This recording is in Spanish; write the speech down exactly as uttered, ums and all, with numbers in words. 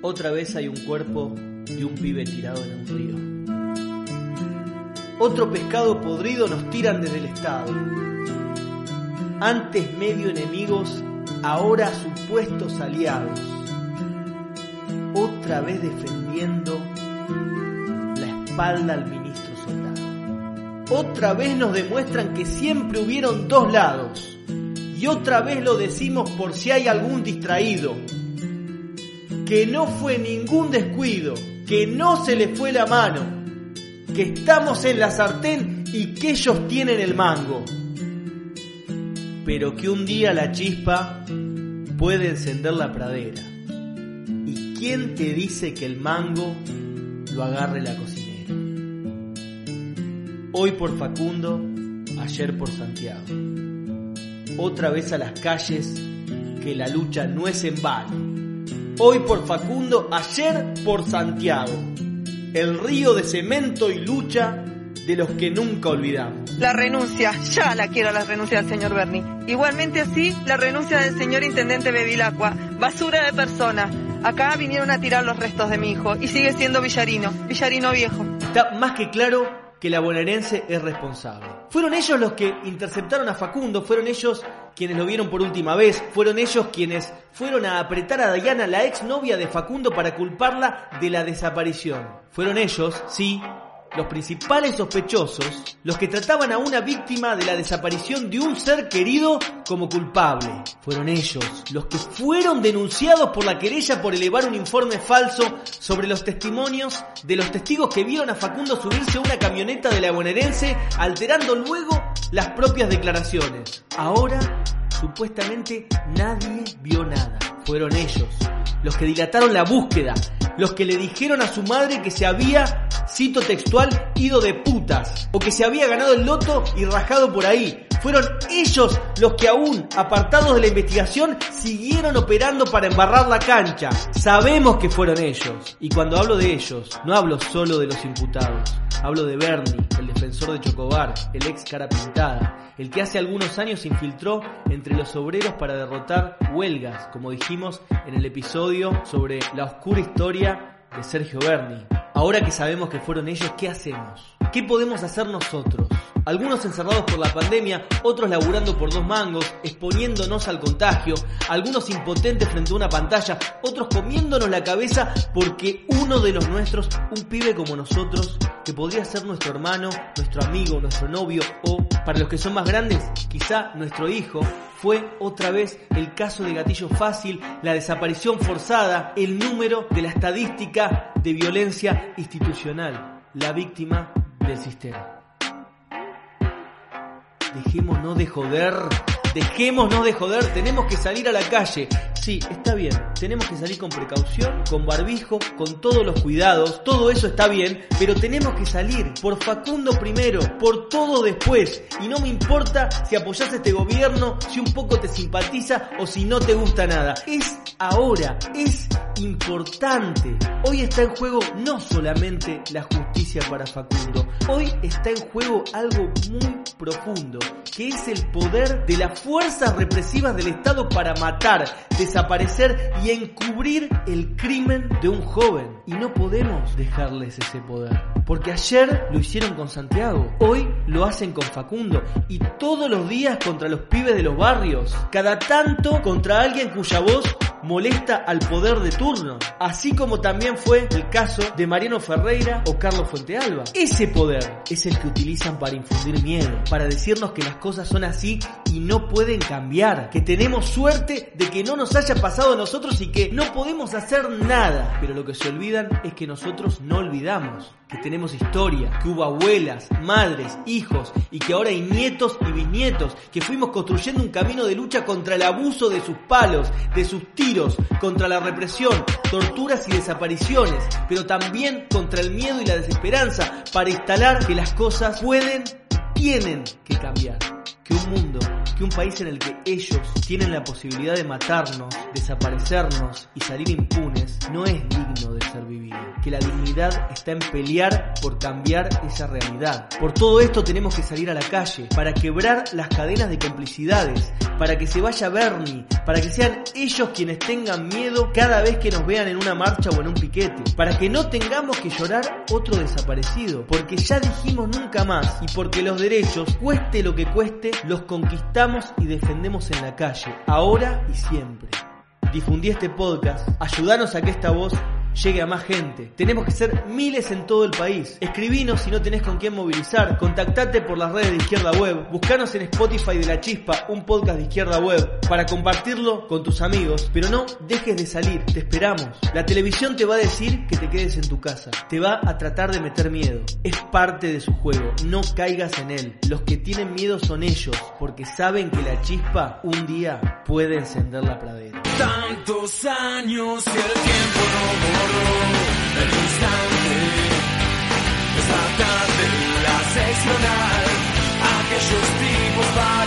Otra vez hay un cuerpo de un pibe tirado en un río. Otro pescado podrido nos tiran desde el Estado. Antes medio enemigos, ahora supuestos aliados. Otra vez defendiendo la espalda al ministro Soldado. Otra vez nos demuestran que siempre hubieron dos lados. Y otra vez lo decimos por si hay algún distraído. Que no fue ningún descuido, que no se le fue la mano, que estamos en la sartén y que ellos tienen el mango. Pero que un día la chispa puede encender la pradera. ¿Y quién te dice que el mango lo agarre la cocinera? Hoy por Facundo, ayer por Santiago. Otra vez a las calles, que la lucha no es en vano. Hoy por Facundo, ayer por Santiago. El río de cemento y lucha de los que nunca olvidamos. La renuncia, ya la quiero la renuncia del señor Berni. Igualmente así, la renuncia del señor intendente Bevilacqua. Basura de persona. Acá vinieron a tirar los restos de mi hijo y sigue siendo villarino, villarino viejo. Está más que claro que la bonaerense es responsable. Fueron ellos los que interceptaron a Facundo, fueron ellos quienes lo vieron por última vez, fueron ellos quienes fueron a apretar a Dayana, la exnovia de Facundo, para culparla de la desaparición. Fueron ellos, sí, los principales sospechosos, los que trataban a una víctima de la desaparición de un ser querido como culpable. Fueron ellos los que fueron denunciados por la querella por elevar un informe falso sobre los testimonios de los testigos que vieron a Facundo subirse a una camioneta de la bonaerense, alterando luego las propias declaraciones. Ahora, supuestamente, nadie vio nada. Fueron ellos los que dilataron la búsqueda, los que le dijeron a su madre que se había, cito textual, ido de putas, o que se había ganado el loto y rajado por ahí. Fueron ellos los que, aún apartados de la investigación, siguieron operando para embarrar la cancha. Sabemos que fueron ellos. Y cuando hablo de ellos, no hablo solo de los imputados. Hablo de Berni, el defensor de Chocobar, el ex cara pintada, el que hace algunos años se infiltró entre los obreros para derrotar huelgas, como dijimos en el episodio sobre la oscura historia de Sergio Berni. Ahora que sabemos que fueron ellos, ¿qué hacemos? ¿Qué podemos hacer nosotros? Algunos encerrados por la pandemia, otros laburando por dos mangos, exponiéndonos al contagio, algunos impotentes frente a una pantalla, otros comiéndonos la cabeza porque uno de los nuestros, un pibe como nosotros, que podría ser nuestro hermano, nuestro amigo, nuestro novio o, para los que son más grandes, quizá nuestro hijo, fue otra vez el caso de Gatillo Fácil, la desaparición forzada, el número de la estadística de violencia institucional, la víctima del sistema. Dejémonos de joder, dejémonos de joder, tenemos que salir a la calle. Sí, está bien, tenemos que salir con precaución, con barbijo, con todos los cuidados, todo eso está bien, pero tenemos que salir por Facundo primero, por todo después. Y no me importa si apoyás este gobierno, si un poco te simpatiza o si no te gusta nada. Es ahora, es importante. Hoy está en juego no solamente la justicia para Facundo, hoy está en juego algo muy profundo, que es el poder de las fuerzas represivas del Estado para matar, desaparecer y encubrir el crimen de un joven. Y no podemos dejarles ese poder, porque ayer lo hicieron con Santiago, hoy lo hacen con Facundo, y todos los días contra los pibes de los barrios, cada tanto contra alguien cuya voz molesta al poder de turno, así como también fue el caso de Mariano Ferreira o Carlos Fuentealba. Ese poder es el que utilizan para infundir miedo, para decirnos que las cosas son así y no pueden cambiar, que tenemos suerte de que no nos haya pasado a nosotros y que no podemos hacer nada. Pero lo que se olvidan es que nosotros no olvidamos, que tenemos historia, que hubo abuelas, madres, hijos y que ahora hay nietos y bisnietos, que fuimos construyendo un camino de lucha contra el abuso de sus palos, de sus tiros, contra la represión, torturas y desapariciones, pero también contra el miedo y la desesperanza, para instalar que las cosas pueden, tienen que cambiar, que un mundo que un país en el que ellos tienen la posibilidad de matarnos, desaparecernos y salir impunes no es digno de ser vivido. Que la dignidad está en pelear por cambiar esa realidad. Por todo esto tenemos que salir a la calle para quebrar las cadenas de complicidades, para que se vaya Bernie, para que sean ellos quienes tengan miedo cada vez que nos vean en una marcha o en un piquete, para que no tengamos que llorar otro desaparecido, porque ya dijimos nunca más y porque los derechos, cueste lo que cueste, los conquistamos y defendemos en la calle, ahora y siempre. Difundí este podcast, ayúdanos a que esta voz llegue a más gente. Tenemos que ser miles en todo el país. Escribinos si no tenés con quién movilizar. Contactate por las redes de Izquierda Web. Buscanos en Spotify de La Chispa, un podcast de Izquierda Web, para compartirlo con tus amigos. Pero no dejes de salir, te esperamos. La televisión te va a decir que te quedes en tu casa. Te va a tratar de meter miedo. Es parte de su juego, no caigas en él. Los que tienen miedo son ellos, porque saben que La Chispa un día puede encender la pradera. Tantos años y el tiempo no borró el instante, esta tarde la seccional, aquellos tipos para